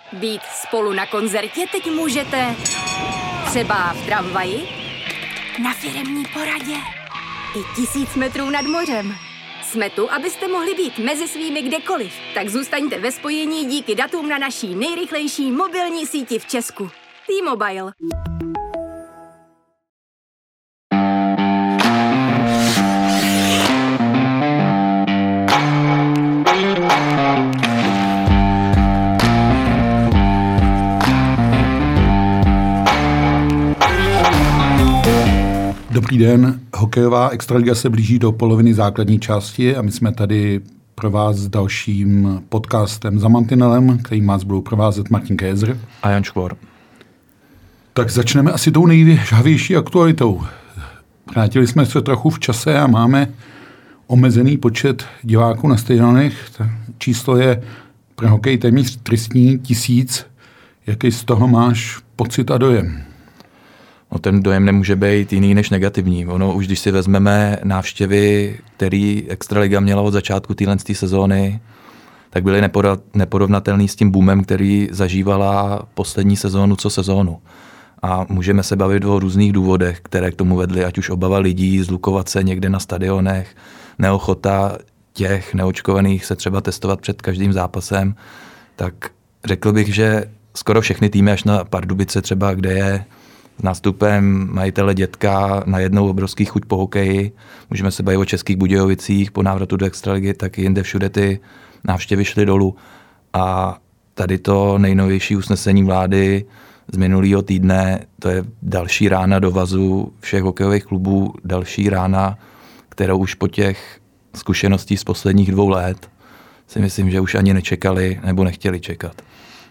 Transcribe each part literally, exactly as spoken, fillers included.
Být spolu na koncertě teď můžete třeba v tramvaji, na firemní poradě i tisíc metrů nad mořem. Jsme tu, abyste mohli být mezi svými kdekoliv. Tak zůstaňte ve spojení díky datům na naší nejrychlejší mobilní síti v Česku. T-Mobile. Dobrý den, hokejová extraliga se blíží do poloviny základní části a my jsme tady pro vás s dalším podcastem Za mantinelem, který vás budou provázet Martin Kézer a Jan Škvor. Tak začneme asi tou nejžhavější aktualitou. Vrátili jsme se trochu v čase a máme omezený počet diváků na stadionech. Číslo je pro hokej téměř tristní tisíc. Jaký z toho máš pocit a dojem? No, ten dojem nemůže být jiný než negativní. Ono už když si vezmeme návštěvy, který extraliga měla od začátku téhle sezóny, tak byly neporovnatelný s tím boomem, který zažívala poslední sezónu co sezónu. A můžeme se bavit o různých důvodech, které k tomu vedly, ať už obava lidí zlukovat se někde na stadionech, neochota těch neočkovaných se třeba testovat před každým zápasem, tak řekl bych, že skoro všechny týmy až na Pardubice třeba, kde je s nástupem majitele Dětka najednou obrovský chuť po hokeji. Můžeme se bavit o Českých Budějovicích, po návratu do extraligy, tak jinde všude ty návštěvy šly dolů. A tady to nejnovější usnesení vlády z minulého týdne, to je další rána do vazu všech hokejových klubů, další rána, kterou už po těch zkušeností z posledních dvou let si myslím, že už ani nečekali nebo nechtěli čekat.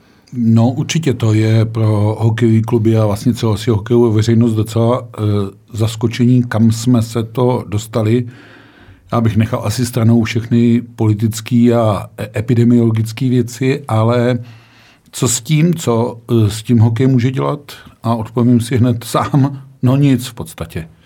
No určitě to je pro hokejové kluby a vlastně celou hokejovou veřejnost docela e, zaskočení, kam jsme se to dostali. Já bych nechal asi stranou všechny politické a epidemiologické věci, ale co s tím, co e, s tím hokej může dělat? A odpovím si hned sám, no nic v podstatě. E,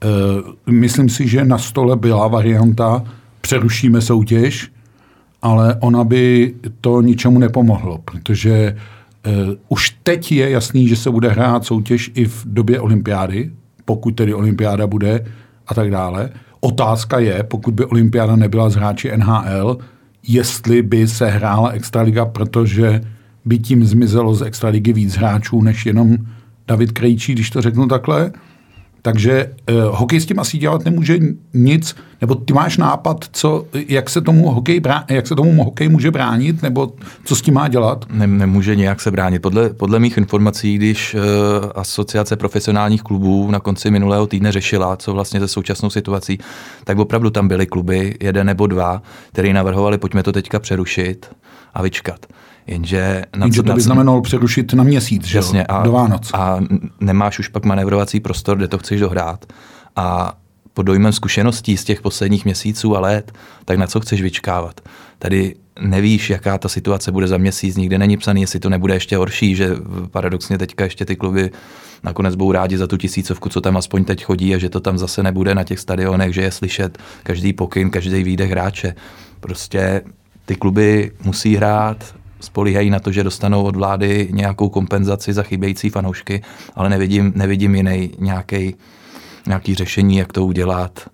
myslím si, že na stole byla varianta, přerušíme soutěž, ale ona by to ničemu nepomohlo, protože uh, už teď je jasný, že se bude hrát soutěž i v době olympiády, pokud tedy olympiáda bude a tak dále. Otázka je, pokud by olympiáda nebyla z hráči N H L, jestli by se hrála extraliga, protože by tím zmizelo z extraligy víc hráčů, než jenom David Krejčí, když to řeknu takhle. Takže eh, hokej s tím asi dělat nemůže nic, nebo ty máš nápad, co, jak se tomu hokej, brá, jak se tomu hokej může bránit, nebo co s tím má dělat? Ne, nemůže nějak se bránit. Podle, podle mých informací, když eh, Asociace profesionálních klubů na konci minulého týdne řešila, co vlastně se současnou situací, tak opravdu tam byly kluby, jeden nebo dva, který navrhovali, pojďme to teďka přerušit a vyčkat. Jenže, na, Jenže to by znamenalo přerušit na měsíc, že jasně, a, do Vánoc. A nemáš už pak manévrovací prostor, kde to chceš dohrát. A pod dojmem zkušeností z těch posledních měsíců a let, tak na co chceš vyčkávat? Tady nevíš, jaká ta situace bude za měsíc, nikde není psaný, jestli to nebude ještě horší, že paradoxně teďka ještě ty kluby nakonec budou rádi za tu tisícovku, co tam aspoň teď chodí a že to tam zase nebude na těch stadionech, že je slyšet každý pokyn, každý výdech hráče. Prostě ty kluby musí hrát, spolíhají na to, že dostanou od vlády nějakou kompenzaci za chybějící fanoušky, ale nevidím, nevidím jiný nějaký, nějaký řešení, jak to udělat.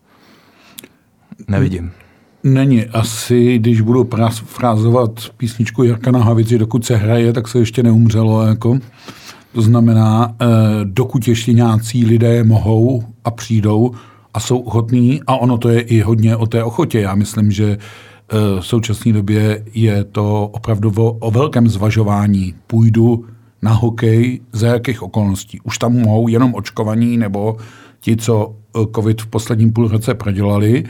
Nevidím. Není. Asi, když budu prás, frázovat písničku Jirka Nahavici, dokud se hraje, tak se ještě neumřelo. Jako. To znamená, eh, dokud ještě nějací lidé mohou a přijdou a jsou ochotní, a ono to je i hodně o té ochotě. Já myslím, že v současné době je to opravdu o, o velkém zvažování. Půjdu na hokej za jakých okolností. Už tam mohou jenom očkovaní nebo ti, co covid v posledním půl roce prodělali.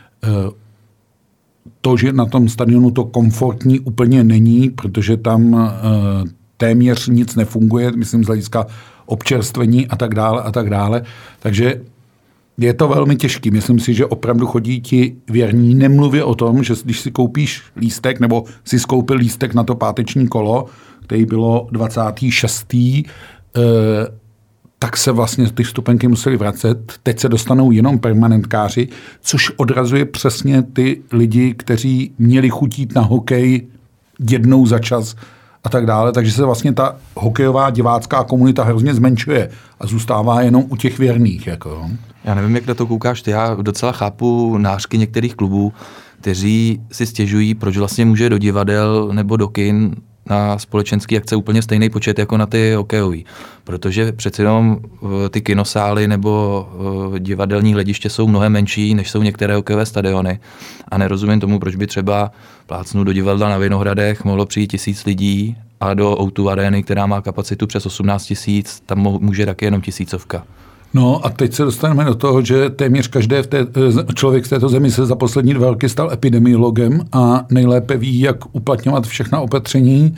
To, že na tom stadionu to komfortní úplně není, protože tam téměř nic nefunguje, myslím z hlediska občerstvení a tak dále a tak dále. Takže je to velmi těžký. Myslím si, že opravdu chodí ti věrní. Nemluvě o tom, že když si koupíš lístek, nebo si skoupil lístek na to páteční kolo, který bylo dvacátého šestého Eh, tak se vlastně ty vstupenky museli vracet. Teď se dostanou jenom permanentkáři, což odrazuje přesně ty lidi, kteří měli chutít na hokej jednou za čas a tak dále, takže se vlastně ta hokejová divácká komunita hrozně zmenšuje a zůstává jenom u těch věrných. Jako. Já nevím, jak na to koukáš ty, já docela chápu nářky některých klubů, kteří si stěžují, proč vlastně může do divadel nebo do kin na společenský akce úplně stejný počet jako na ty hokejový. Protože přece jenom ty kinosály nebo divadelní hlediště jsou mnohem menší, než jsou některé hokejové stadiony. A nerozumím tomu, proč by třeba plácnu do divadla na Vinohradech mohlo přijít tisíc lidí a do ó dva arény, která má kapacitu přes osmnáct tisíc, tam může taky jenom tisícovka. No a teď se dostaneme do toho, že téměř každý v té, člověk v této zemi se za poslední dva roky stal epidemiologem a nejlépe ví, jak uplatňovat všechna opatření.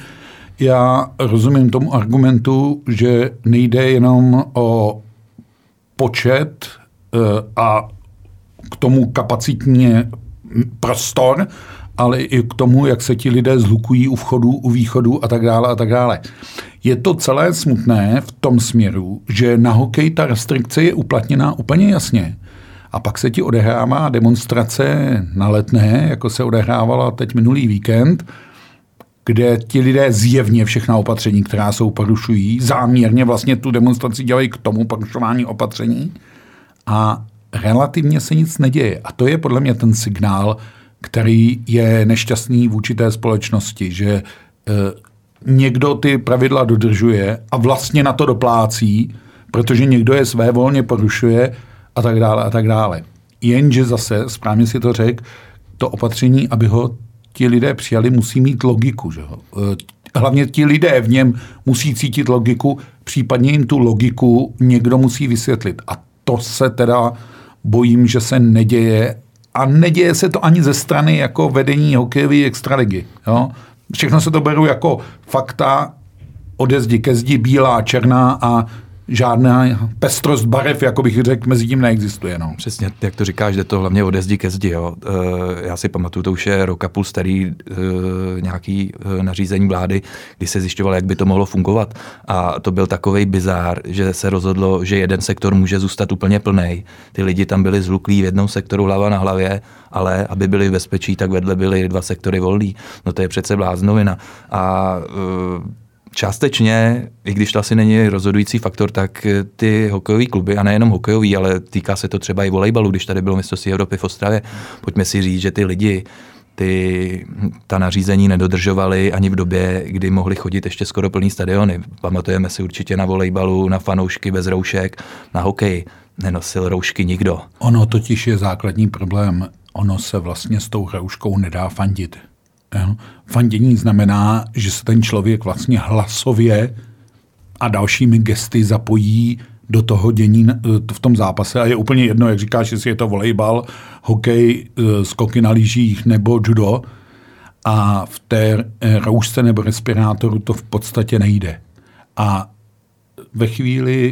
Já rozumím tomu argumentu, že nejde jenom o počet a k tomu kapacitně prostor, ale i k tomu, jak se ti lidé zhlukují u vchodu, u východu a tak dále a tak dále. Je to celé smutné v tom směru, že na hokej ta restrikce je uplatněná úplně jasně. A pak se ti odehrává demonstrace na Letné, jako se odehrávala teď minulý víkend, kde ti lidé zjevně všechna opatření, která jsou porušují, záměrně vlastně tu demonstraci dělají k tomu porušování opatření a relativně se nic neděje. A to je podle mě ten signál, který je nešťastný vůči té společnosti, že e, někdo ty pravidla dodržuje a vlastně na to doplácí, protože někdo je svévolně porušuje a tak dále a tak dále. Jenže zase, správně si to řekl, to opatření, aby ho ti lidé přijali, musí mít logiku. Že? Hlavně ti lidé v něm musí cítit logiku, případně jim tu logiku někdo musí vysvětlit. A to se teda bojím, že se neděje. A neděje se to ani ze strany jako vedení hokejové extraligy. Jo? Všechno se to berou jako fakta ode zdi ke zdi, bílá, černá a žádná pestrost barev, jako bych řekl, mezi tím neexistuje. No. Přesně, jak to říkáš, jde to hlavně ode zdi ke zdi. Jo. E, já si pamatuju, to už je rok a půl starý e, nějaký e, nařízení vlády, kdy se zjišťovalo, jak by to mohlo fungovat. A to byl takovej bizár, že se rozhodlo, že jeden sektor může zůstat úplně plnej. Ty lidi tam byli zhluklí v jednom sektoru hlava na hlavě, ale aby byli v bezpečí, tak vedle byly dva sektory volný. No to je přece bláznovina. A e, částečně, i když to asi není rozhodující faktor, tak ty hokejové kluby, a nejenom hokejový, ale týká se to třeba i volejbalu, když tady bylo mistrovství Evropy v Ostravě, pojďme si říct, že ty lidi ty, ta nařízení nedodržovali ani v době, kdy mohli chodit ještě skoro plný stadiony. Pamatujeme si určitě na volejbalu, na fanoušky bez roušek, na hokej nenosil roušky nikdo. Ono totiž je základní problém. Ono se vlastně s tou rouškou nedá fandit. Fandění znamená, že se ten člověk vlastně hlasově a dalšími gesty zapojí do toho dění v tom zápase a je úplně jedno, jak říkáš, jestli je to volejbal, hokej, skoky na lyžích nebo judo a v té roušce nebo respirátoru to v podstatě nejde. A ve chvíli,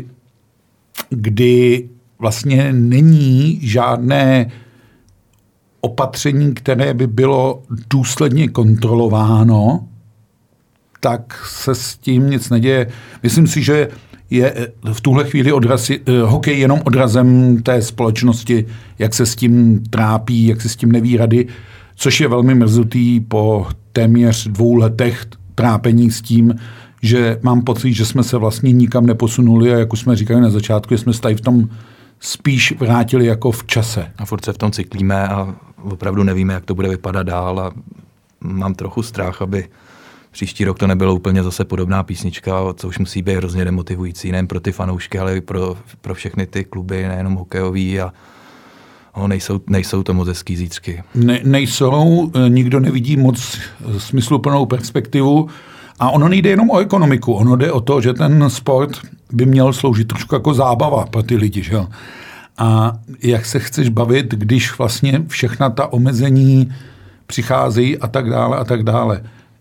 kdy vlastně není žádné opatření, které by bylo důsledně kontrolováno, tak se s tím nic neděje. Myslím si, že je v tuhle chvíli odraz, hokej jenom odrazem té společnosti, jak se s tím trápí, jak se s tím neví rady, což je velmi mrzutý po téměř dvou letech trápení s tím, že mám pocit, že jsme se vlastně nikam neposunuli a jak už jsme říkali na začátku, jsme tady v tom spíš vrátili jako v čase. A furt se v tom cyklíme a opravdu nevíme, jak to bude vypadat dál a mám trochu strach, aby příští rok to nebylo úplně zase podobná písnička, co už musí být hrozně demotivující, nejen pro ty fanoušky, ale i pro, pro všechny ty kluby, nejenom hokejový a no, nejsou, nejsou to moc hezký zítřky. Ne, nejsou, nikdo nevidí moc smysluplnou perspektivu a ono nejde jenom o ekonomiku, ono jde o to, že ten sport by měl sloužit trošku jako zábava pro ty lidi, že? A jak se chceš bavit, když vlastně všechna ta omezení přicházejí a tak dále a tak dále.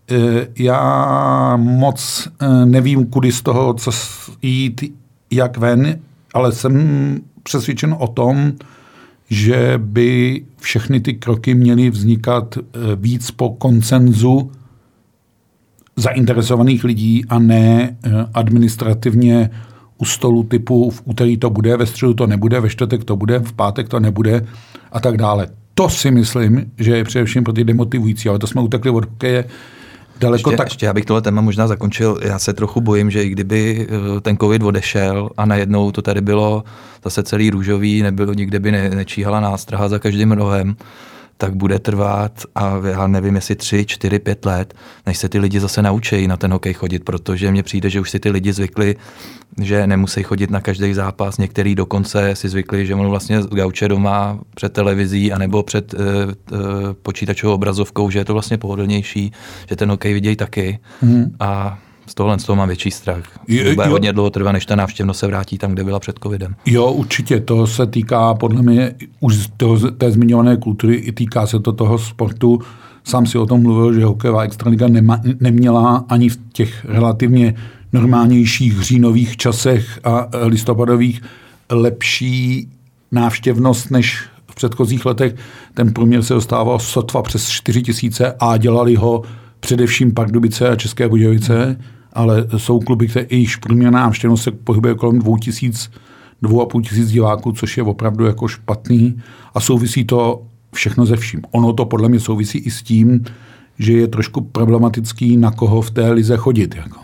Já moc nevím, kudy z toho, co jít, jak ven, ale jsem přesvědčen o tom, že by všechny ty kroky měly vznikat víc po konsenzu zainteresovaných lidí a ne administrativně u stolu typu v úterý to bude, ve středu to nebude, ve čtvrtek to bude, v pátek to nebude a tak dále. To si myslím, že je především pro ty demotivující, ale to jsme utekli od hokeje. daleko ještě, tak... Ještě, abych tohle téma možná zakončil, já se trochu bojím, že i kdyby ten covid odešel a najednou to tady bylo zase celý růžový, nebylo nikde by ne, nečíhala nástraha za každým rohem, tak bude trvat a já nevím, jestli tři, čtyři, pět let, než se ty lidi zase naučí na ten hokej chodit, protože mně přijde, že už si ty lidi zvykli, že nemusí chodit na každý zápas, některý dokonce si zvykli, že on vlastně z gauče doma před televizí anebo před uh, uh, počítačovou obrazovkou, že je to vlastně pohodlnější, že ten hokej vidějí taky hmm. a z tohohle z toho mám větší strach. Je, Bude hodně dlouho trvá, než ta návštěvnost se vrátí tam, kde byla před covidem. Jo, určitě. To se týká podle mě už toho, té zmiňované kultury, i týká se to toho sportu. Sám si o tom mluvil, že hokejová extraliga nema, neměla ani v těch relativně normálnějších říjnových časech a listopadových lepší návštěvnost než v předchozích letech. Ten průměr se dostával sotva přes čtyři tisíce a dělali ho především Pardubice a České Budějovice, ale jsou kluby, které již průměrná návštěvnost se pohybuje kolem dvou tisíc, dvou a půl tisíc diváků, což je opravdu jako špatný a souvisí to všechno ze vším. Ono to podle mě souvisí i s tím, že je trošku problematický, na koho v té lize chodit. Jako.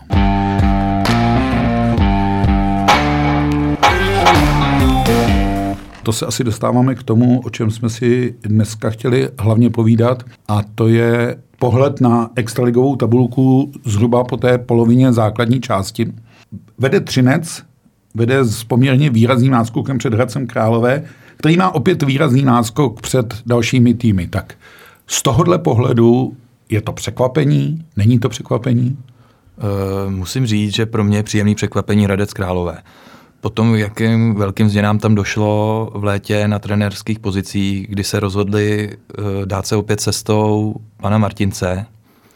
To se asi dostáváme k tomu, o čem jsme si dneska chtěli hlavně povídat, a to je pohled na extraligovou tabulku zhruba po té polovině základní části. Vede Třinec, vede s poměrně výrazným náskokem před Hradcem Králové, který má opět výrazný náskok před dalšími týmy. Tak z tohohle pohledu je to překvapení? Není to překvapení? Uh, musím říct, že pro mě je příjemný překvapení Hradec Králové. Po tom, jakým velkým změnám tam došlo v létě na trenérských pozicích, kdy se rozhodli uh, dát se opět cestou pana Martince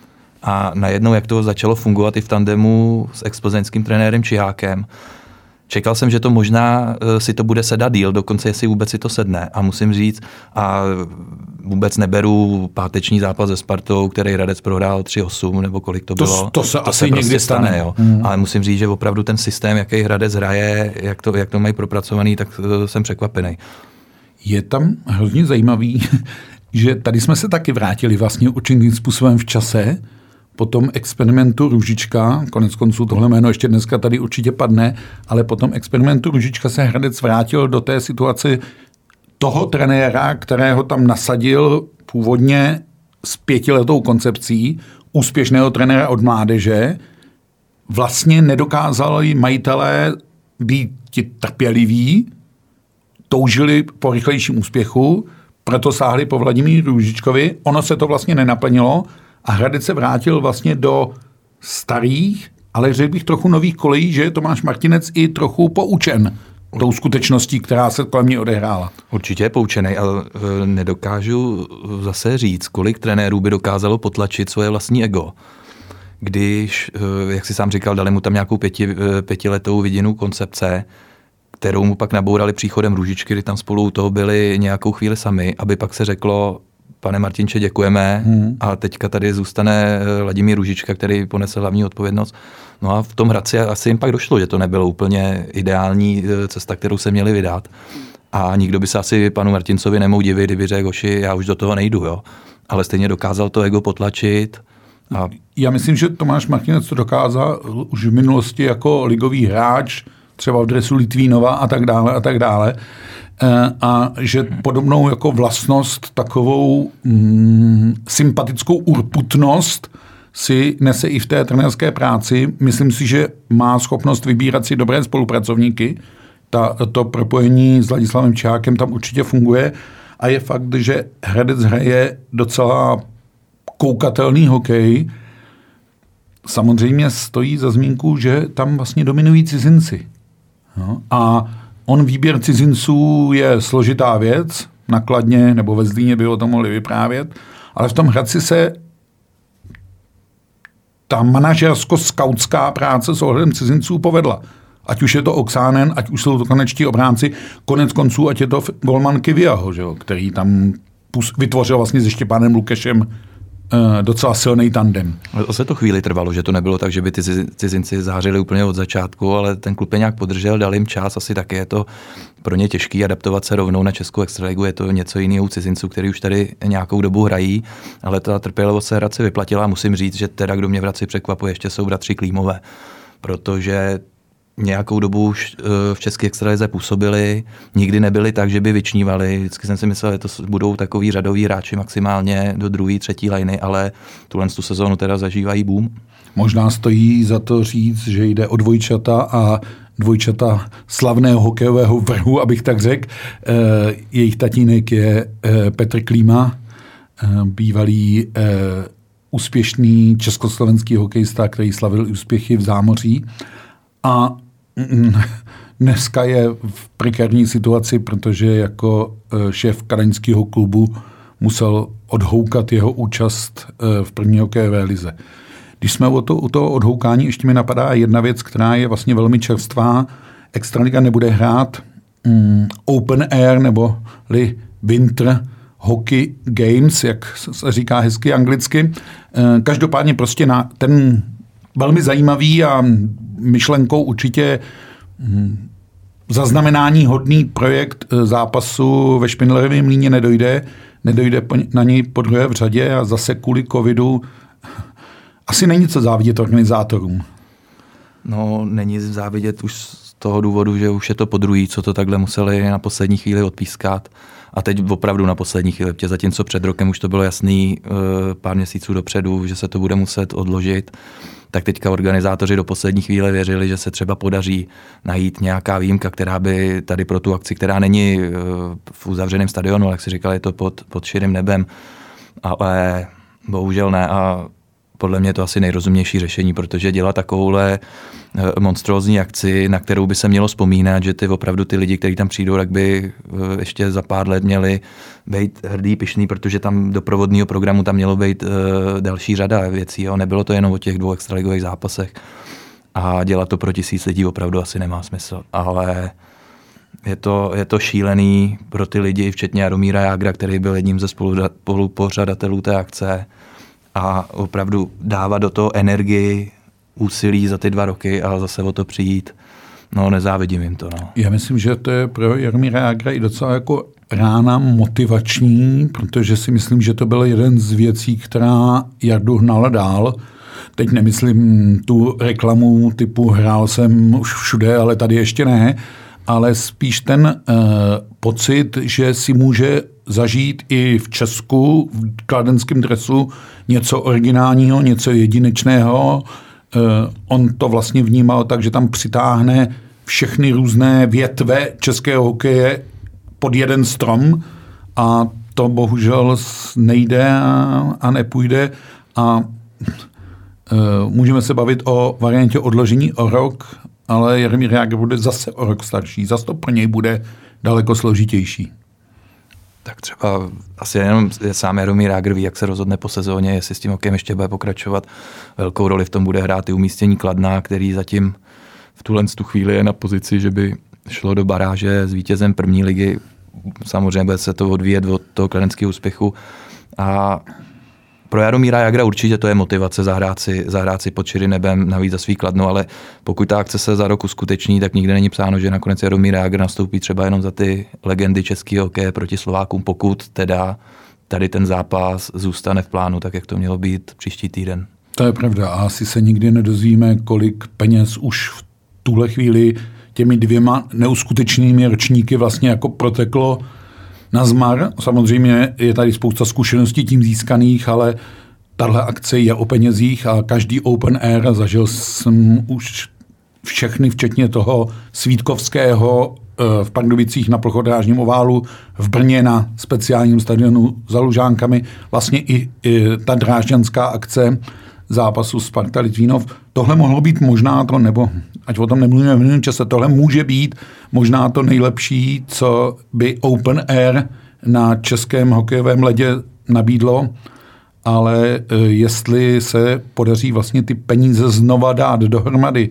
a najednou, jak to začalo fungovat i v tandemu s explzeňským trenérem Čihákem, čekal jsem, že to možná uh, si to bude sedat díl, dokonce jestli vůbec si to sedne. A musím říct, a vůbec neberu páteční zápas se Spartou, který Hradec prohrál tři osm, nebo kolik to bylo. To, to se to asi se někdy prostě stane. stane jo. Mm. Ale musím říct, že opravdu ten systém, jaký Hradec hraje, jak to, jak to mají propracovaný, tak uh, jsem překvapený. Je tam hrozně zajímavý, že tady jsme se taky vrátili vlastně určitým způsobem v čase, po tom experimentu Růžička, konec konců tohle jméno ještě dneska tady určitě padne, ale po tom experimentu Růžička se Hradec vrátil do té situace toho trenéra, kterého tam nasadil původně s pětiletou koncepcí, úspěšného trenéra od mládeže. Vlastně nedokázali majitelé být trpěliví, toužili po rychlejším úspěchu, proto sáhli po Vladimíru Růžičkovi. Ono se to vlastně nenaplnilo a Hradec se vrátil vlastně do starých, ale řekl bych trochu nových kolejí, že je Tomáš Martinec i trochu poučen tou skutečností, která se kolem mě odehrála. Určitě je poučený, ale nedokážu zase říct, kolik trenérů by dokázalo potlačit svoje vlastní ego. Když, jak si sám říkal, dali mu tam nějakou pěti, pětiletou viděnou koncepce, kterou mu pak nabourali příchodem Růžičky, kdy tam spolu u toho byli nějakou chvíli sami, aby pak se řeklo, pane Martinče, děkujeme hmm. a teďka tady zůstane Vladimír Růžička, který ponesl hlavní odpovědnost. No a v tom Hradci asi jim pak došlo, že to nebylo úplně ideální cesta, kterou se měli vydat. A nikdo by se asi panu Martincovi nemohl divit, kdyby řekl, hoši, já už do toho nejdu, jo. Ale stejně dokázal to ego potlačit. A... Já myslím, že Tomáš Martinec to dokázal už v minulosti jako ligový hráč, třeba v dresu Litvínova a tak dále a tak dále. A že podobnou jako vlastnost, takovou mm, sympatickou urputnost si nese i v té trenérské práci. Myslím si, že má schopnost vybírat si dobré spolupracovníky. Ta, to propojení s Ladislavem Čihákem tam určitě funguje a je fakt, že Hradec hraje docela koukatelný hokej. Samozřejmě stojí za zmínku, že tam vlastně dominují cizinci. No, a on výběr cizinců je složitá věc, na Kladně nebo ve Zlíně by o tom mohli vyprávět, ale v tom Hradci se ta manažersko-skautská práce s ohledem cizinců povedla. Ať už je to Oksánen, ať už jsou to konečtí obránci, konec konců, ať je to golman Kiviaho, že jo, který tam vytvořil vlastně se Štěpánem Lukešem docela silný tandem. To se to chvíli trvalo, že to nebylo tak, že by ty cizinci zářili úplně od začátku, ale ten klub je nějak podržel, dal jim čas, asi taky je to pro ně těžký adaptovat se rovnou na českou extraligu, je to něco jiného u cizinců, kteří už tady nějakou dobu hrají, ale ta trpělivost se Hradci vyplatila. Musím říct, že teda, kdo mě v Hradci překvapuje, ještě jsou bratři Klímové, protože nějakou dobu už v české extralize působili, nikdy nebyli tak, že by vyčnívali. Vždycky jsem si myslel, že to budou takový řadoví hráči maximálně do druhé, třetí lajny, ale tuhle tu sezónu teda zažívají boom. Možná stojí za to říct, že jde o dvojčata a dvojčata slavného hokejového vrhu, abych tak řekl. Jejich tatínek je Petr Klíma, bývalý úspěšný československý hokejista, který slavil úspěchy v zámoří. A dneska je v prekérní situaci, protože jako šéf kadaňského klubu musel odhoukat jeho účast v první hokejové lize. Když jsme o to, u toho odhoukání, ještě mi napadá jedna věc, která je vlastně velmi čerstvá. Extraliga nebude hrát um, Open Air nebo Winter Hockey Games, jak se říká hezky anglicky. Každopádně prostě na ten velmi zajímavý a myšlenkou určitě zaznamenání hodný projekt zápasu ve Špindlerově Mlýně nedojde. Nedojde na něj po druhé v řadě a zase kvůli covidu asi není co závidět organizátorům. No, není závidět už z toho důvodu, že už je to podruhý, co to takhle museli na poslední chvíli odpískat. A teď opravdu na poslední chvíli, protože zatímco před rokem už to bylo jasný pár měsíců dopředu, že se to bude muset odložit, tak teďka organizátoři do poslední chvíle věřili, že se třeba podaří najít nějaká výjimka, která by tady pro tu akci, která není v uzavřeném stadionu, jak si říkal, je to pod, pod širým nebem, ale bohužel ne a podle mě je to asi nejrozumnější řešení, protože dělat takovouhle monstrózní akci, na kterou by se mělo vzpomínat, že ty opravdu ty lidi, kteří tam přijdou, tak by ještě za pár let měli být hrdý, pyšný, protože tam do provodního programu tam mělo být uh, další řada věcí. Jo. Nebylo to jenom o těch dvou extraligových zápasech. A dělat to pro tisíc lidí opravdu asi nemá smysl. Ale je to, je to šílený pro ty lidi, včetně Jaromíra Jágra, který byl jedním ze spolupořadatelů té akce. A opravdu dávat do toho energii, úsilí za ty dva roky a zase o to přijít. No, nezávidím jim to. No. Já myslím, že to je pro Jaromíra Jágra i docela jako rána motivační, protože si myslím, že to byl jeden z věcí, která Jardu hnala dál. Teď nemyslím tu reklamu typu hrál jsem už všude, ale tady ještě ne, ale spíš ten uh, pocit, že si může zažít i v Česku, v kladenském dresu, něco originálního, něco jedinečného. Uh, on to vlastně vnímal tak, že tam přitáhne všechny různé větve českého hokeje pod jeden strom a to bohužel nejde a, a nepůjde a uh, můžeme se bavit o variantě odložení o rok, ale Jaromír Jágr bude zase o rok starší. Zase to pro něj bude daleko složitější. Tak třeba asi jenom sám Jaromír Jágr ví, jak se rozhodne po sezóně, jestli s tím hokejem ještě bude pokračovat. Velkou roli v tom bude hrát i umístění Kladna, který zatím v tuhle tu chvíli je na pozici, že by šlo do baráže s vítězem první ligy. Samozřejmě bude se to odvíjet od toho kladenského úspěchu. A pro Jaromíra Jágra určitě to je motivace zahrát si, zahrát si pod širým nebem, navíc za svý Kladno, ale pokud ta akce se za rok uskuteční, tak nikde není psáno, že nakonec Jaromír Jágr nastoupí třeba jenom za ty legendy českého hokeje proti Slovákům, pokud teda tady ten zápas zůstane v plánu, tak jak to mělo být příští týden. To je pravda a asi se nikdy nedozvíme, kolik peněz už v tuhle chvíli těmi dvěma neuskutečnými ročníky vlastně jako proteklo na zmar. Samozřejmě je tady spousta zkušeností tím získaných, ale tahle akce je o penězích a každý Open Air, zažil jsem už všechny, včetně toho svítkovského v Pardubicích na plochodrážním oválu, v Brně na speciálním stadionu za Lužánkami, vlastně i, i ta drážďanská akce zápasu Sparta Litvínov. Tohle mohlo být možná to, nebo ať o tom nemluvíme v minulém čase, tohle může být možná to nejlepší, co by Open Air na českém hokejovém ledě nabídlo, ale jestli se podaří vlastně ty peníze znova dát dohromady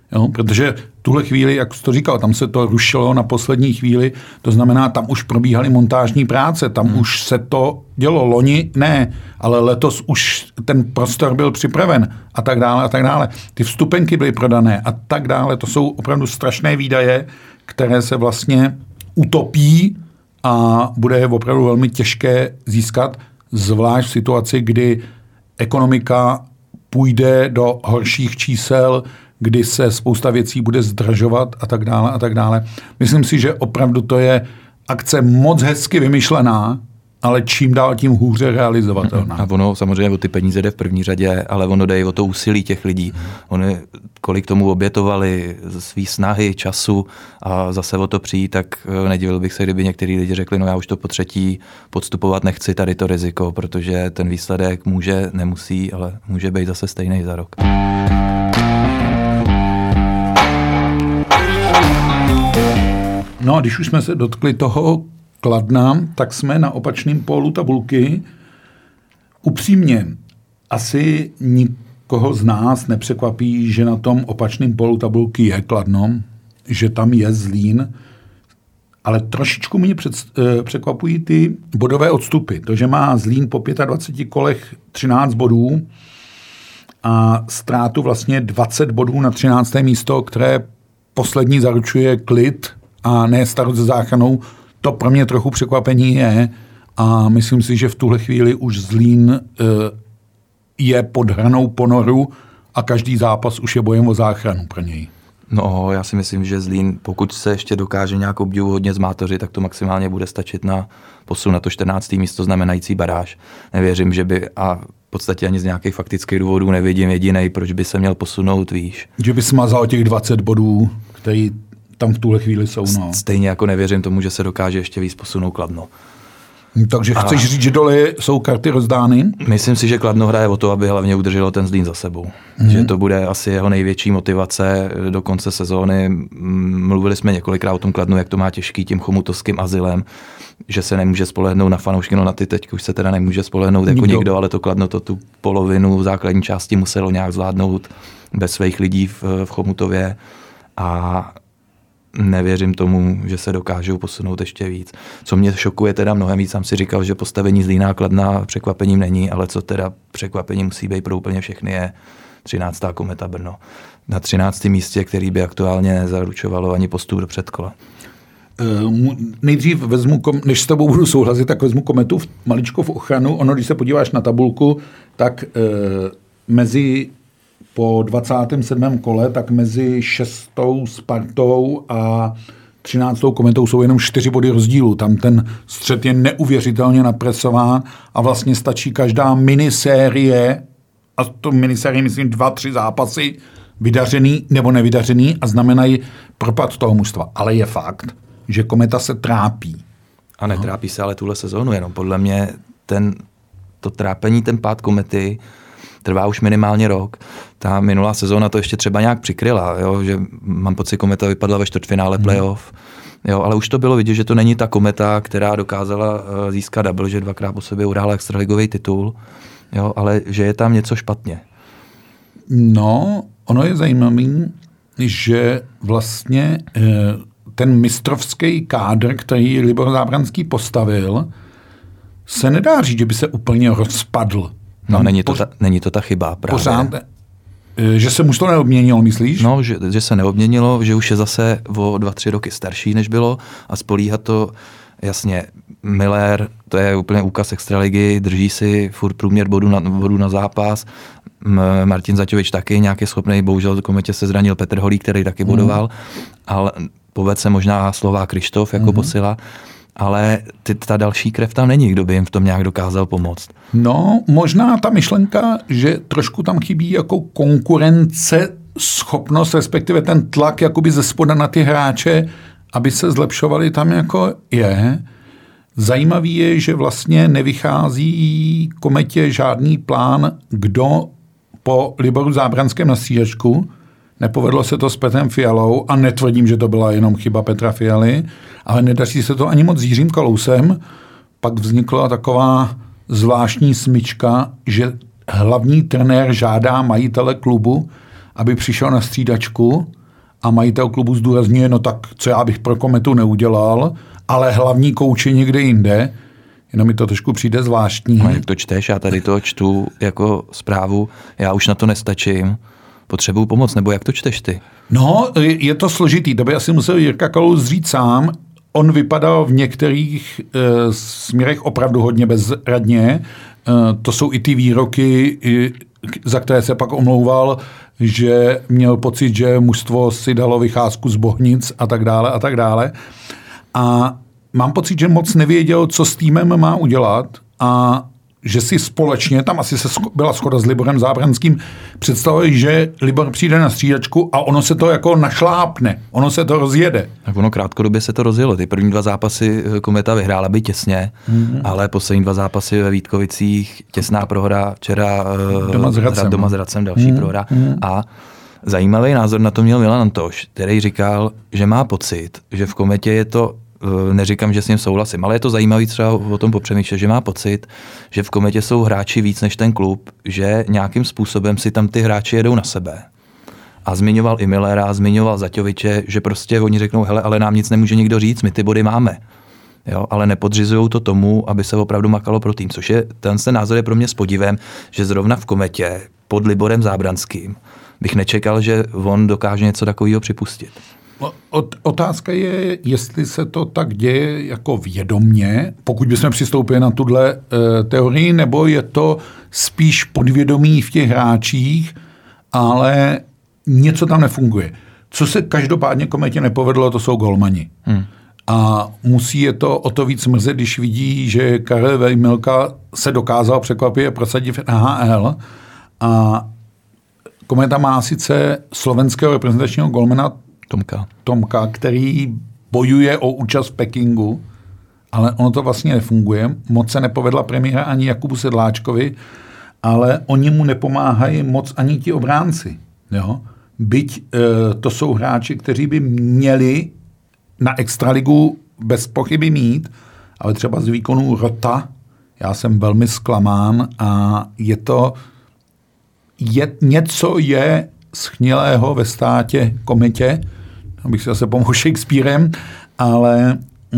Jo? Protože v tuhle chvíli, jak jsi to říkal, tam se to rušilo na poslední chvíli, to znamená, tam už probíhaly montážní práce, tam hmm. už se to dělo. Loni ne, ale letos už ten prostor byl připraven a tak dále a tak dále. Ty vstupenky byly prodané a tak dále. To jsou opravdu strašné výdaje, které se vlastně utopí a bude je opravdu velmi těžké získat, zvlášť v situaci, kdy ekonomika půjde do horších čísel, kdy se spousta věcí bude zdražovat a tak dále a tak dále. Myslím si, že opravdu to je akce moc hezky vymyšlená, ale čím dál tím hůře realizovatelná. A ono samozřejmě o ty peníze jde v první řadě, ale ono jde i o to úsilí těch lidí. Oni kolik tomu obětovali svý snahy, času a zase o to přijít, tak nedivil bych se, kdyby některý lidi řekli, no já už to po třetí podstupovat nechci tady to riziko, protože ten výsledek může, nemusí, ale může být zase stejný za rok. No a když už jsme se dotkli toho Kladna, tak jsme na opačném pólu tabulky. Upřímně, asi nikoho z nás nepřekvapí, že na tom opačném pólu tabulky je Kladno, že tam je Zlín, ale trošičku mě před, eh, překvapují ty bodové odstupy. To, že má Zlín po dvaceti pěti kolech třináct bodů a ztrátu vlastně dvacet bodů na třinácté místo, které poslední zaručuje klid a ne starost se záchranou, to pro mě trochu překvapení je a myslím si, že v tuhle chvíli už Zlín e, je pod hranou ponoru a každý zápas už je bojem o záchranu pro něj. No, já si myslím, že Zlín, pokud se ještě dokáže nějak obdivuhodně zmátořit, tak to maximálně bude stačit na posun na to čtrnácté místo znamenající baráž. Nevěřím, že by, a v podstatě ani z nějakých faktických důvodů nevidím jedinej, proč by se měl posunout výš. Že by smazal těch dvacet bodů, který tam v tuhle chvíli jsou. No. Stejně jako nevěřím tomu, že se dokáže ještě víc posunout Kladno. Takže a chceš říct, že dole jsou karty rozdány? Myslím si, že Kladno hraje o to, aby hlavně udrželo ten Zlín za sebou. Hmm. Že to bude asi jeho největší motivace do konce sezóny. Mluvili jsme několikrát o tom Kladnu, jak to má těžký tím chomutovským azylem, že se nemůže spolehnout na fanoušky, no na ty teď už se teda nemůže spolehnout jako nikdo, nikdo ale to Kladno to tu polovinu základní části muselo nějak zvládnout bez svých lidí v, v Chomutově a nevěřím tomu, že se dokážou posunout ještě víc. Co mě šokuje teda mnohem víc, jsem si říkal, že postavení Zlína Kladna překvapením není, ale co teda překvapení musí být pro úplně všechny je třináctá Kometa Brno. Na třináctém místě, který by aktuálně nezaručovalo ani postup do předkola. Uh, nejdřív vezmu, než s tebou budu souhlasit, tak vezmu Kometu v, maličko v ochranu. Ono, když se podíváš na tabulku, tak uh, mezi po dvacátém sedmém kole, tak mezi šestou Spartou a třináctou Kometou jsou jenom čtyři body rozdílu. Tam ten střed je neuvěřitelně napresován a vlastně stačí každá minisérie, a to minisérie myslím dva, tři zápasy, vydařený nebo nevydařený a znamenají propad toho mužstva. Ale je fakt, že Kometa se trápí. A netrápí se ale tuhle sezónu, jenom podle mě ten, to trápení, ten pád Komety trvá už minimálně rok. Ta minulá sezóna to ještě třeba nějak přikryla, jo? Že mám pocit, Kometa vypadla ve čtvrtfinále hmm. playoff, jo? Ale už to bylo vidět, že to není ta Kometa, která dokázala uh, získat double, že dvakrát po sobě urála extraligový titul, jo? Ale že je tam něco špatně. No, ono je zajímavý, že vlastně uh, ten mistrovský kádr, který Libor Zábranský postavil, se nedá říct, že by se úplně rozpadl. No, není to, ta, není to ta chyba právě. Pořád, že se muž to neobměnilo, myslíš? No, že, že se neobměnilo, že už je zase o dva, tři roky starší, než bylo a spolíhá to, jasně, Miller, to je úplně úkaz extraligy, drží si furt průměr bodů na, bodů na zápas, Martin Zaťovič taky nějaký schopný, bohužel v Kometě se zranil Petr Holík, který taky bodoval, mm. ale povedl se možná Slovák Krištof jako mm. posila, ale ty, ta další krev tam není, kdo by jim v tom nějak dokázal pomoct. No, možná ta myšlenka, že trošku tam chybí jako konkurence, schopnost, respektive ten tlak jakoby ze spoda na ty hráče, aby se zlepšovali, tam jako je. Zajímavý je, že vlastně nevychází Kometě žádný plán, kdo po Liboru Zábranském na střídačku. Nepovedlo se to s Petrem Fialou a netvrdím, že to byla jenom chyba Petra Fialy, ale nedaří se to ani moc s Jiřím Kalousem. Pak vznikla taková zvláštní smyčka, že hlavní trenér žádá majitele klubu, aby přišel na střídačku a majitel klubu zdůrazňuje, no tak co já bych pro Kometu neudělal, ale hlavní kouč je někde jinde, jenom mi to trošku přijde zvláštní. A jak to čteš, já tady to čtu jako zprávu, já už na to nestačím, potřebuju pomoc, nebo jak to čteš ty? No, je to složitý, to by asi musel Jirka Kalous říct sám. On vypadal v některých e, směrech opravdu hodně bezradně. E, to jsou i ty výroky, i, za které se pak omlouval, že měl pocit, že mužstvo si dalo vycházku z Bohnic a tak dále a tak dále. A mám pocit, že moc nevěděl, co s týmem má udělat a že si společně, tam asi se byla shoda s Liborem Zábranským, představili, že Libor přijde na střídačku a ono se to jako našlápne, ono se to rozjede. Tak ono krátkodobě se to rozjelo. Ty první dva zápasy Kometa vyhrála by těsně, mm-hmm. ale poslední dva zápasy ve Vítkovicích, těsná prohra, včera doma s Hradcem, doma s Hradcem další mm-hmm. prohra. A zajímavý názor na to měl Milan Antoš, který říkal, že má pocit, že v Kometě je to, neříkám, že s ním souhlasím, ale je to zajímavý třeba o tom popřemýšlet, že má pocit, že v Kometě jsou hráči víc než ten klub, že nějakým způsobem si tam ty hráči jedou na sebe. A zmiňoval i Millera, zmiňoval Zaťoviče, že prostě oni řeknou, hele, ale nám nic nemůže nikdo říct, my ty body máme. Jo, ale nepodřizují to tomu, aby se opravdu makalo pro tým, což je, ten se názor je pro mě s podivem, že zrovna v Kometě pod Liborem Zábranským bych nečekal, že on dokáže něco takového připustit. Otázka je, jestli se to tak děje jako vědomně, pokud bychom přistoupili na tuhle e, teorii, nebo je to spíš podvědomí v těch hráčích, ale něco tam nefunguje. Co se každopádně Kometě nepovedlo, to jsou golmani. Hmm. A musí je to o to víc mrzet, když vidí, že Karel Vejmilka se dokázal překvapivě prosadit v N H L a Kometa má sice slovenského reprezentačního golmana Tomka. Tomka, který bojuje o účast v Pekingu, ale ono to vlastně nefunguje. Moc se nepovedla premiéra ani Jakubu Sedláčkovi, ale oni mu nepomáhají moc ani ti obránci. Jo? Byť e, to jsou hráči, kteří by měli na extraligu bez pochyby mít, ale třeba z výkonu Rota já jsem velmi zklamán a je to je, něco je schnilého ve státě Kometě, abych si zase pomohl Shakespearem, ale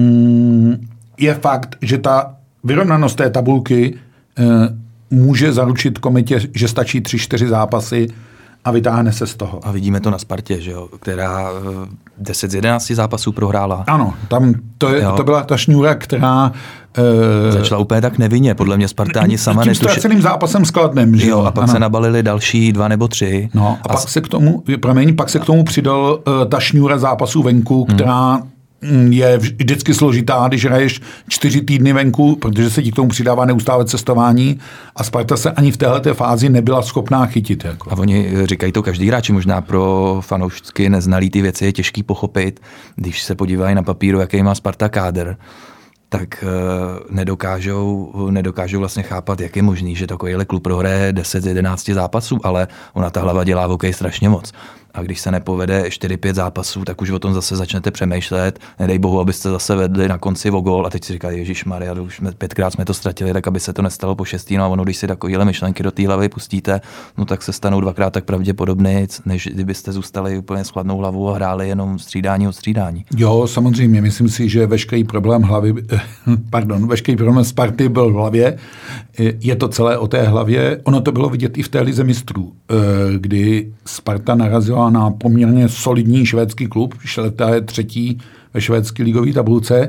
mm, je fakt, že ta vyrovnanost té tabulky e, může zaručit Kometě, že stačí tři, čtyři zápasy a vytáhne se z toho. A vidíme to na Spartě, že jo, která deset z jedenácti zápasů prohrála. Ano, tam to, je, to byla ta šňůra, která e, začala úplně tak nevinně, podle mě Sparta ani sama netušila. Tím ztraceným zápasem s Kladnem, že jo. A pak ano. se nabalili další dva nebo tři. No a, a pak se k tomu, promiň, pak se k tomu přidal uh, ta šňůra zápasů venku, hmm. která je vždycky složitá, když hraješ čtyři týdny venku, protože se ti k tomu přidává neustále cestování a Sparta se ani v téhleté fázi nebyla schopná chytit. Jako. A oni říkají to každý hráči, možná pro fanoušky neznalý ty věci je těžký pochopit, když se podívají na papíru, jaký má Sparta kádr, tak uh, nedokážou, nedokážou vlastně chápat, jak je možný, že takovýhle klub prohraje deset z jedenácti zápasů, ale ona ta hlava dělá v hokej strašně moc. A když se nepovede čtyři pět zápasů, tak už o tom zase začnete přemýšlet. Nedej bohu, abyste zase vedli na konci o gól a teď si říkáte, ježišmarja, už jsme, pětkrát jsme to ztratili, tak aby se to nestalo po šestý. No a ono, když si takovéhle myšlenky do té hlavy pustíte, no tak se stanou dvakrát tak pravděpodobně, než kdybyste zůstali úplně s chladnou hlavou a hráli jenom střídání od střídání. Jo, samozřejmě, myslím si, že veškerý problém hlavy, pardon, veškerý problém Sparty byl v hlavě. Je to celé o té hlavě. Ono to bylo vidět i v té lize mistrů, kdy Sparta narazila na poměrně solidní švédský klub, Šleta je třetí ve švédské ligové tabulce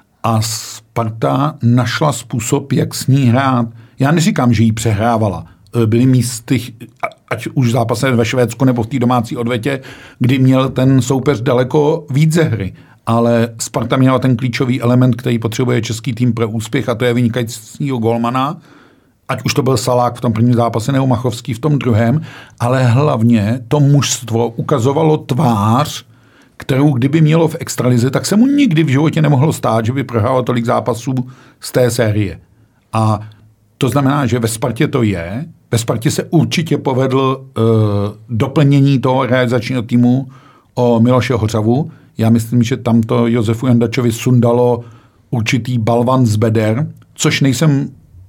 a Sparta našla způsob, jak s ní hrát. Já neříkám, že jí přehrávala. Byly místy, ať už zápase ve Švédsku nebo v té domácí odvetě, kdy měl ten soupeř daleko víc ze hry. Ale Sparta měla ten klíčový element, který potřebuje český tým pro úspěch a to je vynikajícího golmana, ať už to byl Salák v tom prvním zápase nebo Machovský v tom druhém, ale hlavně to mužstvo ukazovalo tvář, kterou kdyby mělo v extralize, tak se mu nikdy v životě nemohlo stát, že by prohrálo tolik zápasů z té série. A to znamená, že ve Spartě to je. Ve Spartě se určitě povedl uh, doplnění toho realizačního týmu o Miloše Hořavu. Já myslím, že tam to Josefu Jandačovi sundalo určitý balvan z beder, což nejsem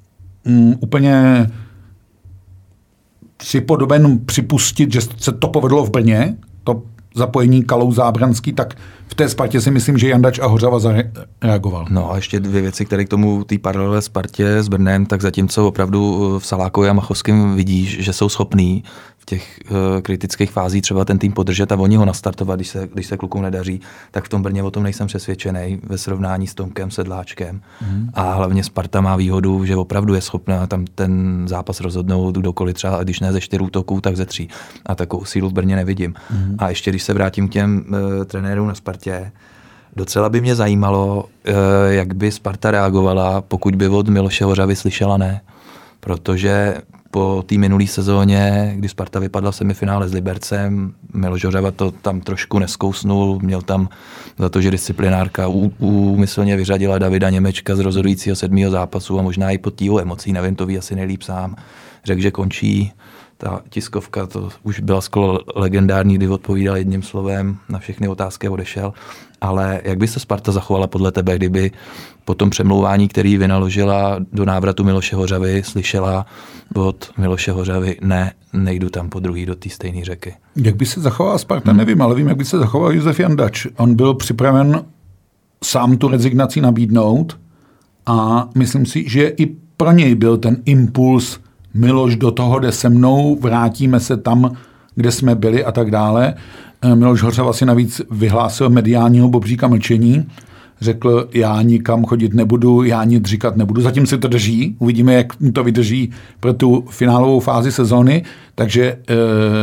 um, úplně připodoben připustit, že se to povedlo v Brně. To zapojení Kalous Zábranský, tak v té Spartě si myslím, že Jandač a Hořava zareagoval. No a ještě dvě věci, které k tomu té paralele Spartě s Brnem, tak zatímco opravdu v Salákovi a Machovském vidíš, že jsou schopní v těch uh, kritických fázích třeba ten tým podržet a oni ho nastartovat, když se, když se klukům nedaří, tak v tom Brně o tom nejsem přesvědčený ve srovnání s Tomkem Sedláčkem. Mm. A hlavně Sparta má výhodu, že opravdu je schopná tam ten zápas rozhodnout kdokoliv, třeba když ne ze čtyř útoků, tak ze tří. A takovou sílu v Brně nevidím. Mm. A ještě když se vrátím k těm uh, trenérům na Spartě, docela by mě zajímalo, uh, jak by Sparta reagovala, pokud by od Miloše Hořavy slyšela ne. Protože po té minulé sezóně, kdy Sparta vypadla v semifinále s Libercem, Miloš Hořava to tam trošku neskousnul, měl tam za to, že disciplinárka úmyslně vyřadila Davida Němečka z rozhodujícího sedmého zápasu a možná i pod tíhou emocí, nevím, to ví asi nejlíp sám, řekl, že končí. Ta tiskovka, to už byla skoro legendární, kdy odpovídal jedním slovem na všechny otázky a odešel. Ale jak by se Sparta zachovala podle tebe, kdyby po tom přemlouvání, který vynaložila do návratu Miloše Hořavy, slyšela od Miloše Hořavy, ne, nejdu tam po druhý do té stejné řeky? Jak by se zachovala Sparta, hmm. nevím, ale vím, jak by se zachoval Josef Jandač. On byl připraven sám tu rezignaci nabídnout a myslím si, že i pro něj byl ten impuls Miloš do toho jde se mnou, vrátíme se tam, kde jsme byli a tak dále. Miloš Hořava si navíc vyhlásil mediálního bobříka mlčení. Řekl, já nikam chodit nebudu, já nic říkat nebudu. Zatím si to drží. Uvidíme, jak mu to vydrží pro tu finálovou fázi sezóny. Takže eh,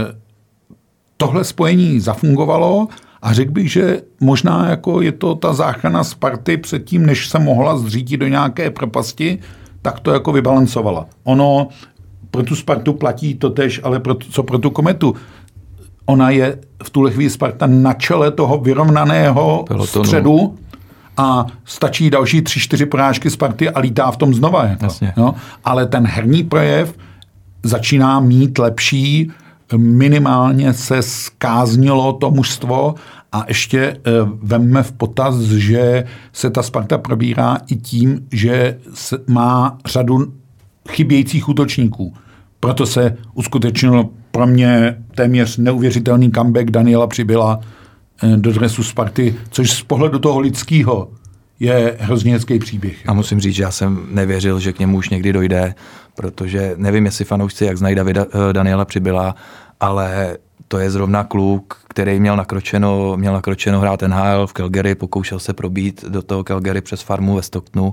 tohle spojení zafungovalo a řekl bych, že možná jako je to ta záchrana Sparty předtím, než se mohla zřítit do nějaké propasti, tak to jako vybalancovala. Ono pro tu Spartu platí to tež, ale pro, co pro tu Kometu. Ona je v tuhle chvíli Sparta na čele toho vyrovnaného pelotonu. Středu a stačí další tři, čtyři porážky Sparty a lítá v tom znova. Jako, no? Ale ten herní projev začíná mít lepší, minimálně se zkáznilo to mužstvo a ještě e, vemme v potaz, že se ta Sparta probírá i tím, že se, má řadu chybějících útočníků. Proto se uskutečnil pro mě téměř neuvěřitelný comeback Daniela Přibyla do dresu Sparty, což z pohledu toho lidského je hrozně hezký příběh. A musím říct, že já jsem nevěřil, že k němu už někdy dojde, protože nevím, jestli fanoušci jak znají Davida, Daniela Přibyla, ale to je zrovna kluk, který měl nakročeno, měl nakročeno hrát N H L v Calgary, pokoušel se probít do toho Calgary přes farmu ve Stocktonu.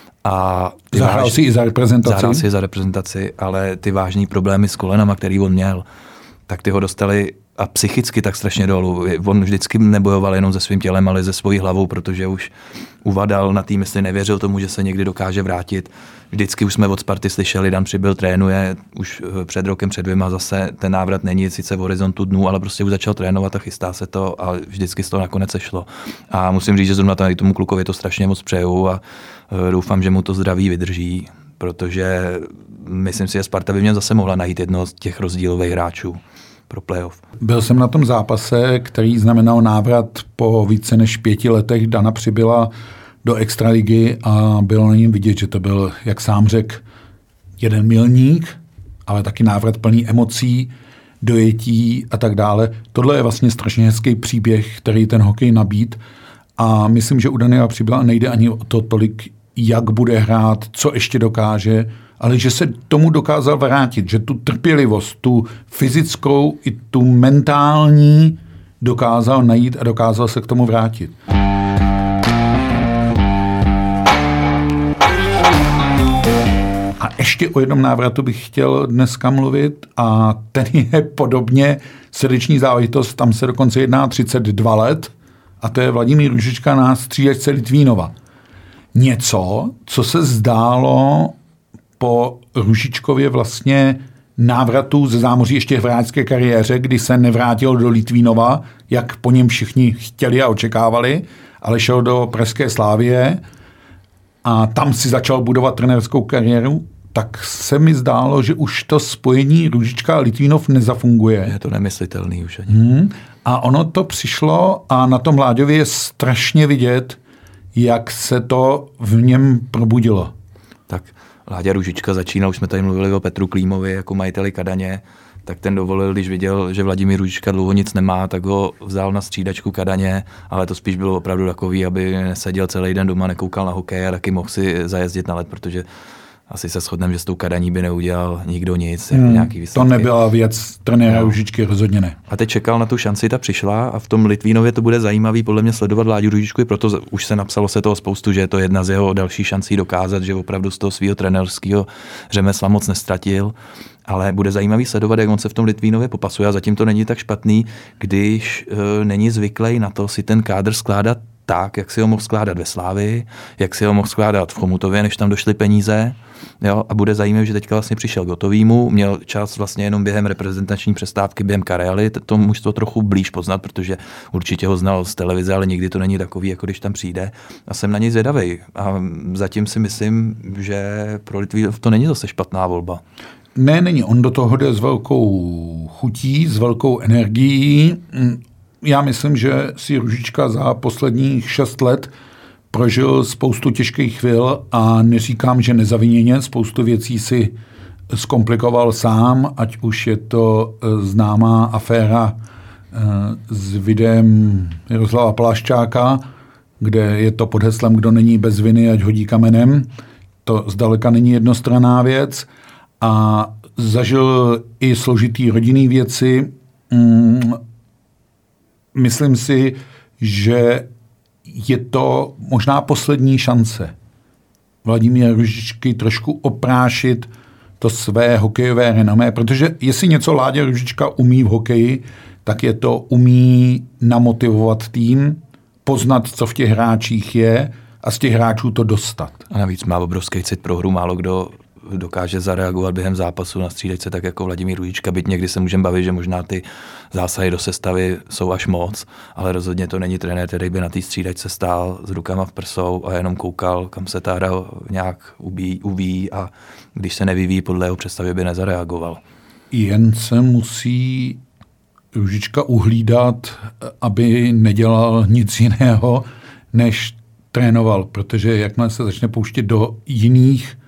A zahrál váž... si i za reprezentaci. Zahrál si za reprezentaci, ale ty vážný problémy s kolenama, který on měl, tak ty ho dostali a psychicky tak strašně dolů. On vždycky nebojoval jenom se svým tělem, ale se svojí hlavou, protože už uvadal na tým, jestli nevěřil tomu, že se někdy dokáže vrátit. Vždycky už jsme od Sparty slyšeli, Dan Přibyl trénuje, už před rokem, před dvěma zase ten návrat není sice v horizontu dnů, ale prostě už začal trénovat a chystá se to a vždycky z toho nakonec sešlo. A musím říct, že zrovna tady tomu klukovi to strašně moc přeju a doufám, že mu to zdraví vydrží, protože myslím si, že Sparta by mě zase mohla najít jedno z těch rozdílových hráčů pro playoff. Byl jsem na tom zápase, který znamenal návrat po více než pěti letech Dana Přibyla do extraligy a bylo na něm vidět, že to byl, jak sám řekl, jeden milník, ale taky návrat plný emocí, dojetí a tak dále. Tohle je vlastně strašně hezký příběh, který ten hokej nabít a myslím, že u Daniela Přibyla nejde ani o to tolik, jak bude hrát, co ještě dokáže, ale že se tomu dokázal vrátit, že tu trpělivost, tu fyzickou i tu mentální dokázal najít a dokázal se k tomu vrátit. A ještě o jednom návratu bych chtěl dneska mluvit a ten je podobně srdeční záležitost, tam se dokonce jedná třicet dva let a to je Vladimír Růžička na střídačce Litvínova. Něco, co se zdálo po Růžičkově vlastně návratu ze zámoří ještě v hráčské kariéře, kdy se nevrátil do Litvínova, jak po něm všichni chtěli a očekávali, ale šel do pražské Slavie a tam si začal budovat trenérskou kariéru, tak se mi zdálo, že už to spojení Růžička a Litvínov nezafunguje. Je to nemyslitelný už ani. Hmm. A ono to přišlo a na tom Láďově je strašně vidět, jak se to v něm probudilo. Tak Láďa Růžička začínal, už jsme tady mluvili o Petru Klímovi jako majiteli Kadaně, tak ten dovolil, když viděl, že Vladimír Růžička dlouho nic nemá, tak ho vzal na střídačku Kadaně, ale to spíš bylo opravdu takový, aby neseděl celý den doma, nekoukal na hokej a taky mohl si zajezdit na led, protože asi se shodneme, že s tou Kadaní by neudělal nikdo nic. Hmm, nějaký to nebyla věc trenéra Růžičky, rozhodně ne. A teď čekal na tu šanci, ta přišla a v tom Litvínově to bude zajímavý podle mě sledovat Láďu Růžičku, proto už se napsalo se toho spoustu, že je to jedna z jeho dalších šancí dokázat, že opravdu z toho svého trenérského řemesla moc nestratil. Ale bude zajímavý sledovat, jak on se v tom Litvínově popasuje a zatím to není tak špatný, když e, není zvyklý na to si ten kádr skládat tak, jak si ho mohl skládat ve Slávii, jak si ho mohl skládat v Chomutově, než tam došly peníze. Jo? A bude zajímavé, že teďka vlastně přišel k hotovýmu, měl čas vlastně jenom během reprezentační přestávky, během Karely, to mužstvo trochu blíž poznat, protože určitě ho znal z televize, ale nikdy to není takový, jako když tam přijde. A jsem na něj zvědavej. A zatím si myslím, že pro Litvínov to není zase špatná volba. Ne, není. On do toho jde s velkou chutí, s velkou energií. Já myslím, že si Růžička za posledních šest let prožil spoustu těžkých chvil a neříkám, že nezaviněně, spoustu věcí si zkomplikoval sám, ať už je to známá aféra s videem Jaroslava Pláščáka, kde je to pod heslem kdo není bez viny, ať hodí kamenem. To zdaleka není jednostranná věc. A zažil i složitý rodinný věci. Myslím si, že je to možná poslední šance Vladimíra Růžičky trošku oprášit to své hokejové renomé, protože jestli něco Láďa Růžička umí v hokeji, tak je to umí namotivovat tým, poznat, co v těch hráčích je a z těch hráčů to dostat. A navíc má obrovský cit pro hru, málo kdo dokáže zareagovat během zápasu na střídačce tak jako Vladimír Růžička, byť někdy se můžeme bavit, že možná ty zásahy do sestavy jsou až moc, ale rozhodně to není trenér, který by na té střídačce stál s rukama v prsou a jenom koukal, kam se ta hra nějak ubí, uví a když se nevyvíjí podle jeho představy, by nezareagoval. Jen se musí Růžička uhlídat, aby nedělal nic jiného, než trénoval, protože jakmile se začne pouštět do jiných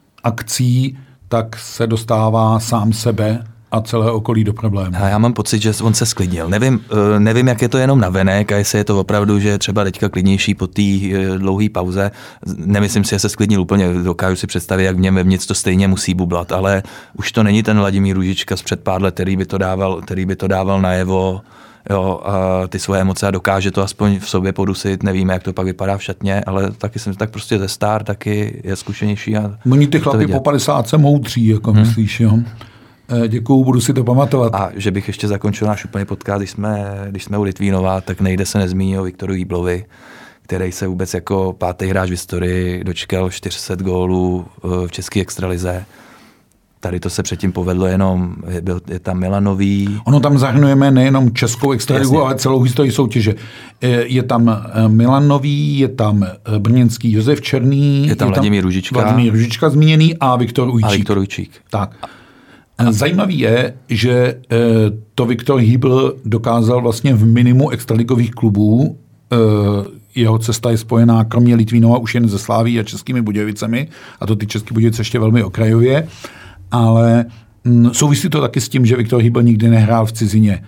akcí, tak se dostává sám sebe a celé okolí do problému. A já mám pocit, že on se sklidnil. Nevím, nevím, jak je to jenom navenek a jestli je to opravdu, že je třeba teďka klidnější po té dlouhé pauze. Nemyslím si, že se sklidnil úplně. Dokážu si představit, jak v něm vevnitř to stejně musí bublat, ale už to není ten Vladimír Růžička z před pár let, který by to dával, který by to dával najevo. Jo, a ty svoje emoce a dokáže to aspoň v sobě podusit, nevíme, jak to pak vypadá v šatně, ale taky jsem tak prostě ze star, taky je zkušenější. A oni ty chlapi po padesátce moudří, jako hmm. myslíš, jo. Děkuju, budu si to pamatovat. A že bych ještě zakončil náš úplně podcast, když jsme, když jsme u Litvínova, tak nejde se nezmínit o Viktoru Hýblovi, který se vůbec jako pátý hráč v historii dočkal čtyři sta gólů v české extralize. Tady to se předtím povedlo jenom, je, byl, je tam Milanový. Ono tam zahrnujeme nejenom českou extraligu, ale celou historii soutěže. Je tam Milanový, je tam brněnský Josef Černý, je tam Vladimír Růžička. Vladimír Růžička zmíněný a Viktor Ujčík. A Viktor Ujčík. Tak. Zajímavý je, že to Viktor Hýbl dokázal vlastně v minimu extraligových klubů. Jeho cesta je spojená kromě Litvínova už jen ze Sláví a Českými Budějovicemi, a to ty České Budějovice ještě velmi okrajově, ale souvisí to taky s tím, že Viktor Hýbl nikdy nehrál v cizině.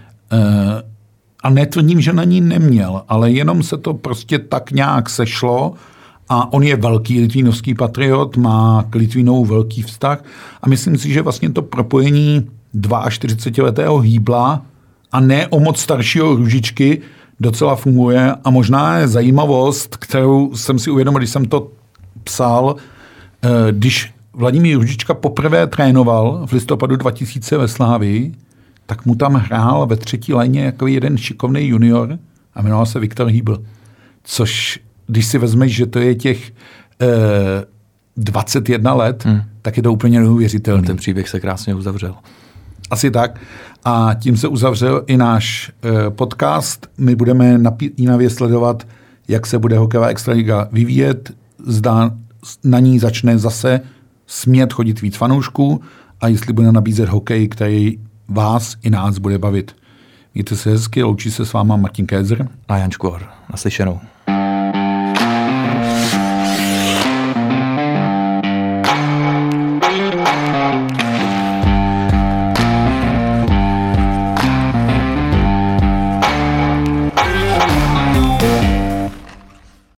A netvrdím, že na ní neměl, ale jenom se to prostě tak nějak sešlo a on je velký litvínovský patriot, má k Litvínovu velký vztah a myslím si, že vlastně to propojení čtyřicetiletého Hýbla a ne o moc staršího Růžičky docela funguje a možná je zajímavost, kterou jsem si uvědomil, když jsem to psal, když Vladimír Růžička poprvé trénoval v listopadu dva tisíce ve Slávii, tak mu tam hrál ve třetí léně jako jeden šikovný junior a jmenoval se Viktor Hýbl. Což, když si vezmeš, že to je těch eh, dvacet jedna let, hmm. tak je to úplně neuvěřitelný. Ten příběh se krásně uzavřel. Asi tak. A tím se uzavřel i náš eh, podcast. My budeme napínavě sledovat, jak se bude hokejová extraliga vyvíjet. Zdá, na ní začne zase smět chodit víc fanoušků a jestli bude nabízet hokej, který vás i nás bude bavit. Mějte se hezky, loučí se s váma Martin Kézer a Jan Škvor. Naslyšenou.